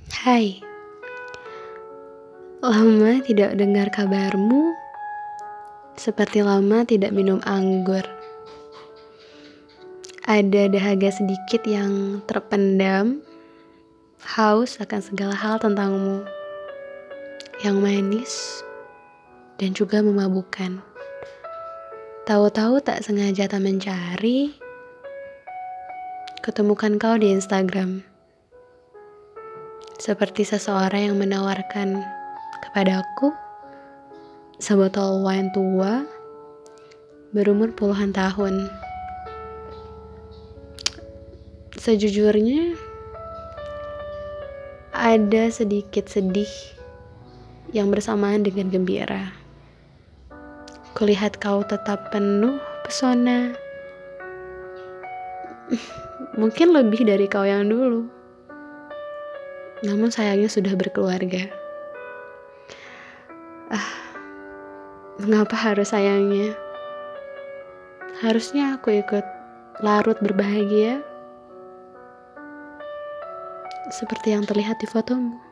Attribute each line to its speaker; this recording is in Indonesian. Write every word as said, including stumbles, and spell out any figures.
Speaker 1: Hai, lama tidak dengar kabarmu, seperti lama tidak minum anggur. Ada dahaga sedikit yang terpendam, haus akan segala hal tentangmu, yang manis dan juga memabukkan. Tahu-tahu tak sengaja tak mencari, ketemukan kau di Instagram. Seperti seseorang yang menawarkan kepadaku sebotol wine tua berumur puluhan tahun. Sejujurnya ada sedikit sedih yang bersamaan dengan gembira. Kulihat kau tetap penuh pesona, mungkin lebih dari kau yang dulu. Namun sayangnya sudah berkeluarga. Ah, mengapa harus sayangnya? Harusnya aku ikut larut berbahagia seperti yang terlihat di fotomu.